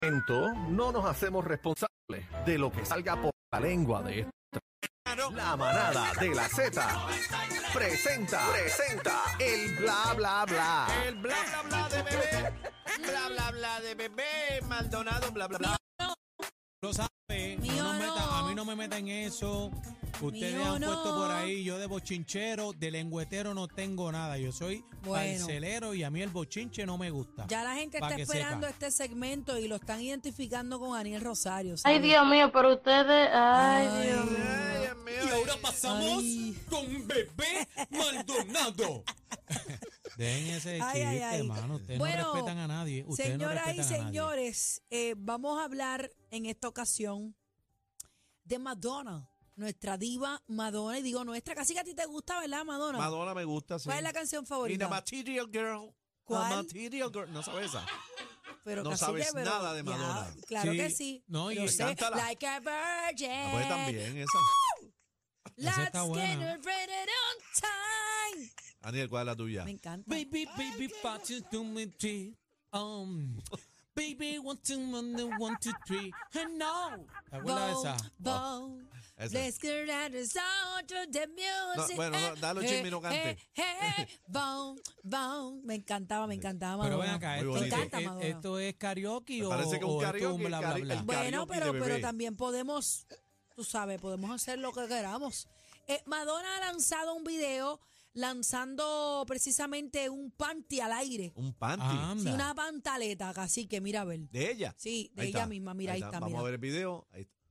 No nos hacemos responsables de lo que salga por la lengua de esta. La manada de la Z presenta el bla bla bla. El bla bla bla de bebé. Bla bla bla de bebé. Maldonado, bla bla bla. Lo sabe, a mí no me metan en eso. Ustedes Mío han puesto no. por ahí, yo de bochinchero, de lengüetero no tengo nada. Yo soy parcelero y a mí el bochinche no me gusta. Ya la gente Pa' está que esperando sepa. este segmento y lo están identificando con Aniel Rosario. Ay, ¿sabes? Dios mío, pero ustedes... Ay. Ay, Dios mío. Ay, Dios mío. Y ahora pasamos Ay. con Bebé Maldonado. Dejen ese Ay, chiste, ay, ay. hermano. Ustedes Bueno, no respetan a nadie. Ustedes no Señoras y respetan a nadie. señores, vamos a hablar en esta ocasión de Madonna, nuestra diva Madonna. Y digo nuestra, casi que a ti te gusta, ¿verdad, Madonna? Madonna me gusta, sí. ¿Cuál es la canción In favorita? a Material Girl. ¿Cuál? A Material Girl. ¿No sabes esa? Pero no cacique, sabes pero nada de ya, Madonna. claro Sí, que sí. no, y Pero sé, cántala. Like a Virgin. Ah, pues también esa. Let's Esa está buena. get ready on time. Daniel, ¿cuál es la tuya? Me encanta. Baby, part you to me, three. Baby, 1, 2, 1, 2, 3. And no. ¿Te acuerdas de esa? Boom, Esa. let's get ready on to the music. bueno, no, dale, Chimmy, no cante. Boom, boom. Me encantaba Pero ven Madonna. acá, Muy ¿esto, bonito. Me encanta Madonna. ¿esto es karaoke Me o, parece que un o esto es karaoke, un bla, el bla, karaoke. bla? Bueno, karaoke de pero bebé. también podemos, tú sabes, podemos hacer lo que queramos. Madonna ha lanzado un video lanzando precisamente un panty al aire. Un panty. Anda. Sí, una pantaleta, así que mira a ver. ¿De ella? Sí, de Ahí ella está. misma, mira, ahí está, Vamos mira. a ver el video. Ahí está.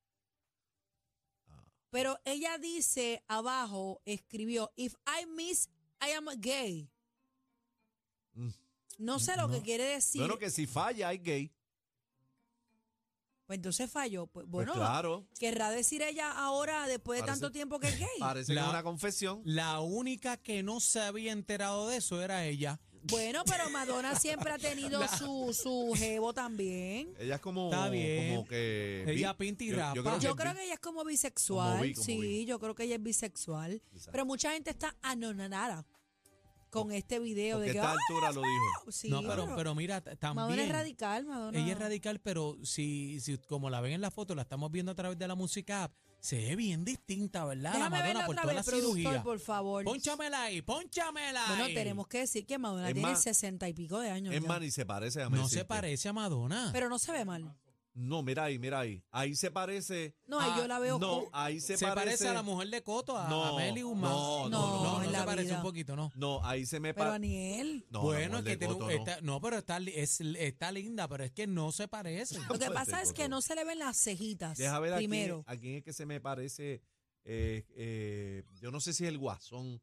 Pero ella dice abajo, escribió, if I miss, I am gay. Mm. No sé lo que quiere decir. Bueno, que si falla, hay gay. Pues entonces falló. Pues Pues bueno, claro. querrá decir ella ahora, después de Parece- tanto tiempo que es gay. Parece que La- es una confesión. La única que no se había enterado de eso era ella. Bueno, pero Madonna siempre ha tenido su jevo también. Ella es como, Está bien. como que... Ella pinta y rapa. Yo creo que ella es como bisexual. Como sí, bi. yo creo que ella es bisexual. Exacto. Pero mucha gente está anonadada con este video Porque de que, a esta ¡ay, altura lo dijo. sí, No, pero mira, Madonna también. es radical, Madonna. Ella es radical, pero si como la ven en la foto, la estamos viendo a través de la música app, se ve bien distinta, ¿verdad? Déjame la verla Madonna por otra toda vez, la productor, cirugía. por favor. Pónchamela ahí, pónchamela Bueno, ahí. tenemos que decir que Madonna Es tiene más, 60 y pico de años Es ya. más, ni se parece a No se parece a Madonna. Pero no se ve mal. No, mira ahí, mira ahí. Ahí se parece... No, ahí yo la veo No, cool. ahí se, se parece a la mujer de Coto, a Meli Guzmán. no, en se la parece vida. un poquito, no. No, ahí se me Pero parece... Aniel, No, Bueno, la es que mujer de Coto, no. pero está linda, pero es que no se parece. lo que Pues pasa de es que Coto. no se le ven las cejitas Deja ver primero. a quién es que se me parece... yo no sé si es el Guasón.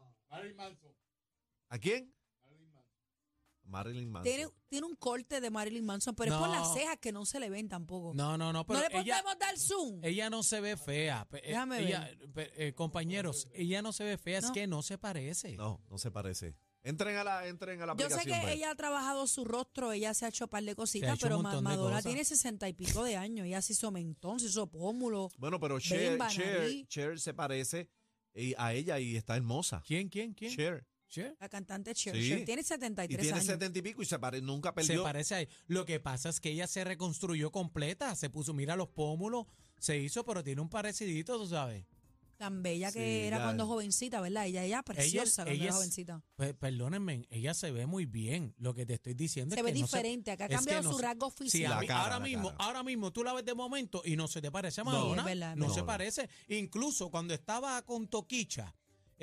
¿A quién? Marilyn Manson. Tiene un corte de Marilyn Manson, pero es por No. las cejas que no se le ven tampoco. No, pero ¿No le ella, podemos dar zoom? ella no se ve fea. Déjame Compañeros, ella no se ve fea, No. es que no se parece. No, no se parece. Entren a la Yo sé aplicación. que ve. ella ha trabajado su rostro, ella se ha hecho un par de Se ha cositas, hecho un pero montón de Madonna cosas. tiene 60 y pico de años. Ella se hizo mentón, se hizo pómulo. Bueno, pero Bemba, nariz. Cher se parece a ella y está hermosa. ¿Quién? Cher. Cher. La cantante Cher. Sí. Cher tiene Y 73 tiene años. 70 y pico y nunca Se perdió. parece a ella. Lo que pasa es que ella se reconstruyó completa, se puso, mira los pómulos, se hizo, pero tiene un parecidito, tú sabes. Tan bella que Sí, era ya. cuando jovencita, ¿verdad? Ella preciosa cuando era jovencita. Pues, perdónenme, ella se ve muy bien. Lo que te estoy diciendo Se es ve que no se- diferente, acá ha es que cambiado no su se- rasgo Sí, físico. a mí, cara, ahora la mismo, cara. ahora mismo tú la ves de momento y no se te parece a No. Madonna. Es verdad, es no verdad. se No. parece. Incluso cuando estaba con Toquicha,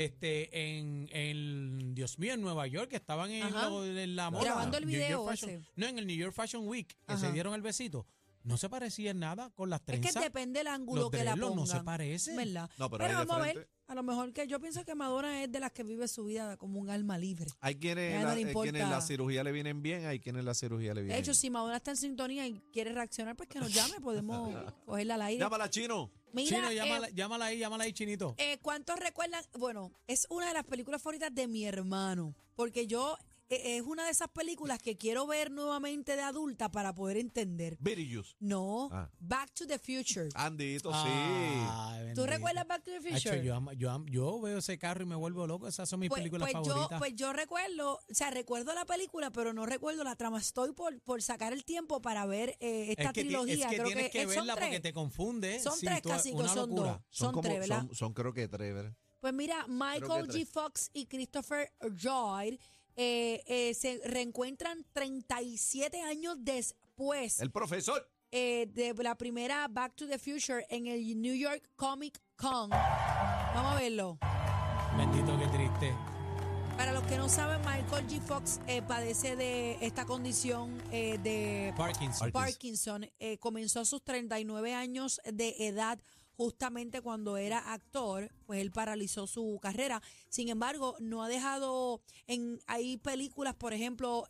en Dios mío, en Nueva York, que estaban Ajá. en la moda. Grabando el New York video Fashion- ese. No, en el New York Fashion Week, que Ajá. se dieron el besito. No se parecía en nada con las Es trenzas. que depende del ángulo Los que la dreadlocks pongan. no se parecen. ¿Verdad? No, pero ahí de vamos a ver. frente- A lo mejor que yo pienso que Madonna es de las que vive su vida como un alma libre. Hay quienes, Ya no le importa. quienes la cirugía le vienen bien, hay quienes la cirugía le De viene hecho, si Madonna está en sintonía y quiere reaccionar, pues que nos llame, podemos cogerla al aire. Llámala, Chino. Mira, Chino, llámala ahí, Chinito. ¿cuántos recuerdan? Bueno, es una de las películas favoritas de mi hermano, porque yo es una de esas películas que quiero ver nuevamente de adulta para poder entender. Beetlejuice. No, Ah. Back to the Future. Andito, sí. Ay, ¿Tú bendito. recuerdas Back to the Hacho, Future? yo veo ese carro y me vuelvo loco. Esas son mis películas favoritas. Pues yo recuerdo, o sea, recuerdo la película, pero no recuerdo la trama. Estoy por sacar el tiempo para ver esta trilogía. Es que Creo tienes que son verla tres. porque te confunde. Son Sí, tres, tú- Cacique, una son locura. dos. Son tres, ¿verdad? Son creo que tres, ¿verdad? Pues mira, Michael tres. G. Fox y Christopher Lloyd se reencuentran 37 años después El profesor. de la primera Back to the Future en el New York Comic Con. Vamos a verlo. Bendito, qué triste. Para los que no saben, Michael G. Fox padece de esta condición de Parkinson. Parkinson. Comenzó a sus 39 años de edad, justamente cuando era actor, pues él paralizó su carrera. Sin embargo, no ha dejado, hay películas, por ejemplo,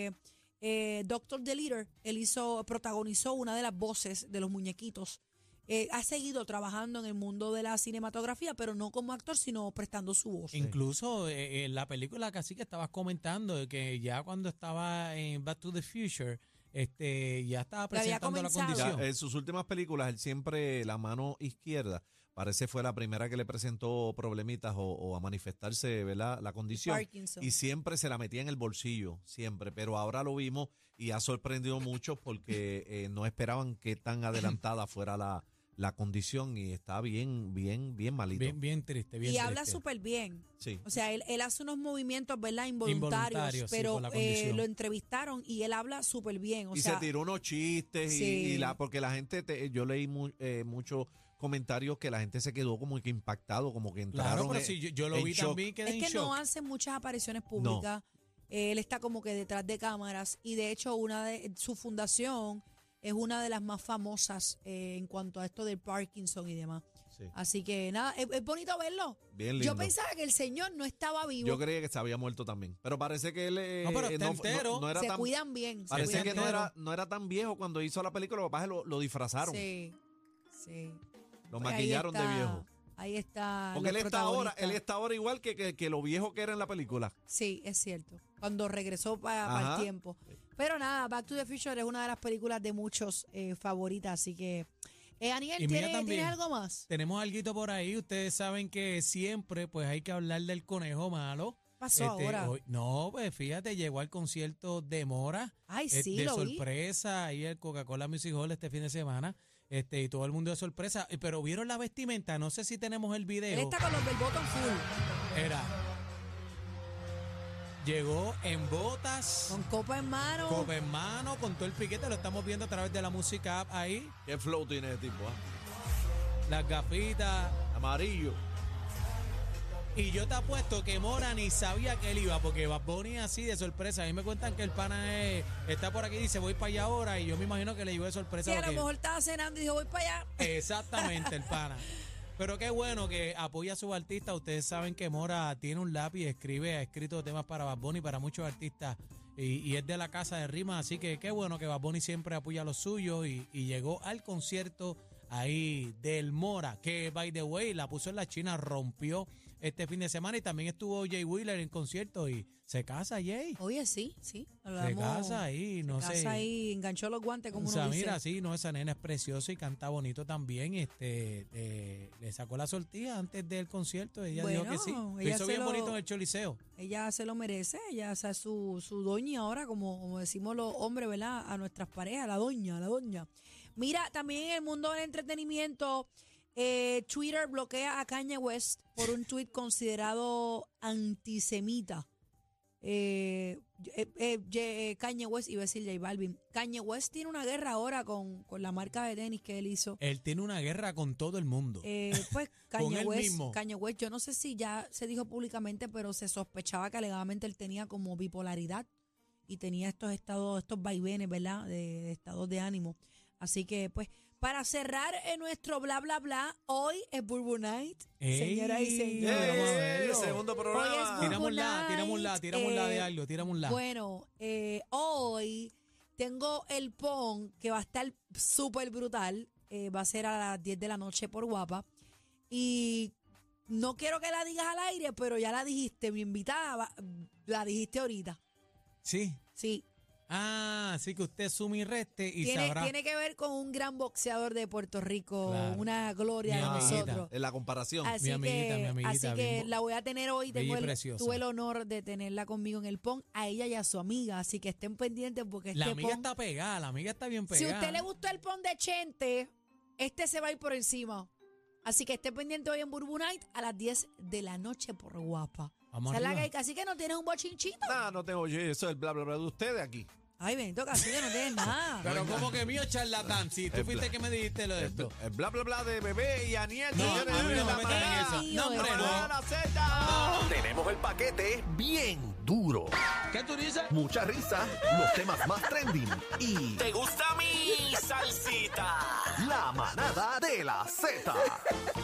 Doctor Dolittle, él protagonizó una de las voces de los muñequitos. Ha seguido trabajando en el mundo de la cinematografía, pero no como actor, sino prestando su voz. Incluso en la película casi que estabas comentando de que ya cuando estaba en Back to the Future, ya estaba Ya había presentando la comenzado. condición. En sus últimas películas, él siempre, la mano izquierda, parece fue la primera que le presentó problemitas o a manifestarse, ¿verdad? La condición. Parkinson. Y siempre se la metía en el bolsillo, siempre. Pero ahora lo vimos y ha sorprendido mucho porque no esperaban que tan adelantada fuera la condición y está bien malito. Bien triste, bien Y triste. habla súper bien. Sí. O sea, él hace unos movimientos, ¿verdad? Involuntarios, Involuntarios, sí, pero por la condición. lo entrevistaron y él habla súper bien. O Y sea, se tiró unos chistes Sí. porque la gente, yo leí muchos comentarios que la gente se quedó como que impactado, como que entraron Claro, pero si yo lo en vi shock. también, quedé es en que shock. no hace muchas apariciones públicas. Él está como que detrás de cámaras y de hecho una de su fundación es una de las más famosas en cuanto a esto del Parkinson y demás. Sí. Así que nada, es bonito verlo. Bien lindo. Yo pensaba que el señor no estaba vivo. Yo creía que se había muerto también. Pero parece que él No, pero está entero. no era se tan. cuidan bien. se Parece cuidan que bien. no era tan viejo cuando hizo la película. Lo que pasa es que lo disfrazaron. Sí, sí. Lo Pues ahí maquillaron de está, viejo. Ahí está. Porque los él protagonistas. está ahora igual que lo viejo que era en la película. Sí, es cierto. Cuando regresó para Ajá. el tiempo. Pero nada, Back to the Future es una de las películas de muchos favoritas. Así que, Aniel, Y mía ¿tienes también. algo más? Tenemos algo por ahí. Ustedes saben que siempre pues hay que hablar del conejo malo. ¿Qué pasó ahora? No, pues fíjate, llegó al concierto de Mora. Ay, sí, de lo vi. sorpresa ahí el Coca-Cola Music Hall este fin de semana. Y todo el mundo de sorpresa. Pero vieron la vestimenta, no sé si tenemos el Él video. está con los del botón full. Era. Llegó en botas, Con copa en mano. copa en mano, con todo el piquete. Lo estamos viendo a través de la música app ahí. ¿Qué flow tiene ese tipo? Las gafitas. Amarillo. Y yo te apuesto que Mora ni sabía que él iba, porque Bad Bunny así de sorpresa. A mí me cuentan que el pana está por aquí y dice voy para allá ahora, y yo me imagino que le llegó de sorpresa. Sí, a lo porque- mejor estaba cenando y dijo, voy para allá. Exactamente, el pana. Pero qué bueno que apoya a sus artistas. Ustedes saben que Mora tiene un lápiz, ha escrito temas para Bad Bunny, para muchos artistas, y es de la casa de rimas. Así que qué bueno que Bad Bunny siempre apoya a los suyos y llegó al concierto ahí del Mora, que by the way la puso en la China, rompió este fin de semana, y también estuvo Jay Wheeler en concierto y se casa Jay. Oye, sí, sí. Se Hablamos- casa ahí, no se sé. casa ahí, enganchó los guantes, como O uno sea, dice. mira, sí, no, esa nena es preciosa y canta bonito también. Le sacó la sortija antes del concierto. Ella dijo que sí. Lo ella hizo se bien lo- bonito en el Choliseo. Ella se lo merece, ella es su doña ahora, como decimos los hombres, ¿verdad? A nuestras parejas, la doña, la doña. Mira, también en el mundo del entretenimiento, Twitter bloquea a Kanye West por un tweet considerado antisemita. Kanye West, iba a decir J Balvin. Kanye West tiene una guerra ahora con la marca de tenis que él hizo. Él tiene una guerra con todo el mundo. Pues Con él mismo. Kanye West, yo no sé si ya se dijo públicamente, pero se sospechaba que alegadamente él tenía como bipolaridad y tenía estos vaivenes, ¿verdad? De estados de ánimo. Así que, pues, para cerrar nuestro bla, bla, bla, hoy es Burbu Night, Ey, señoras y señores. vamos a verlo. Segundo Hoy es programa. Tiramos la de eh, algo, tiramos la. Bueno, hoy tengo el PON que va a estar súper brutal. Va a ser a las 10 de la noche por Guapa. Y no quiero que la digas al aire, pero ya la dijiste, mi invitada, la dijiste ahorita. Sí. Sí. Ah, así que usted suma y reste y sabrá. Tiene que ver con un gran boxeador de Puerto Rico, Claro. una gloria Mi de amiguita. nosotros. En la comparación. Así Mi amiguita, así que bien la voy a tener hoy. bella y preciosa. Tuve el honor de tenerla conmigo en el PON, a ella y a su amiga. Así que estén pendientes porque La este amiga PON, está pegada, la amiga está bien si pegada. a usted le gustó el PON de Chente, este se va a ir por encima. Así que esté pendiente hoy en Burbu Night a las 10 de la noche por Guapa. Vamos Esa es la arriba. que hay. Así que no tienes un bochinchito. No, no tengo yo, eso es el bla bla bla de ustedes aquí. Ay, Benito, casi que no tienes nada. Pero como que mío charlatán, si tú Es fuiste bla- que me dijiste lo de esto. El bla bla bla de Bebé y Aniel. No, señores, a mí de no me la metan en manada. eso. No, hombre, La manada de no. la Z. Tenemos el paquete bien duro. ¿Qué tú dices? Mucha risa, los temas más trending y ¿Te gusta mi salsita? la manada de la Z.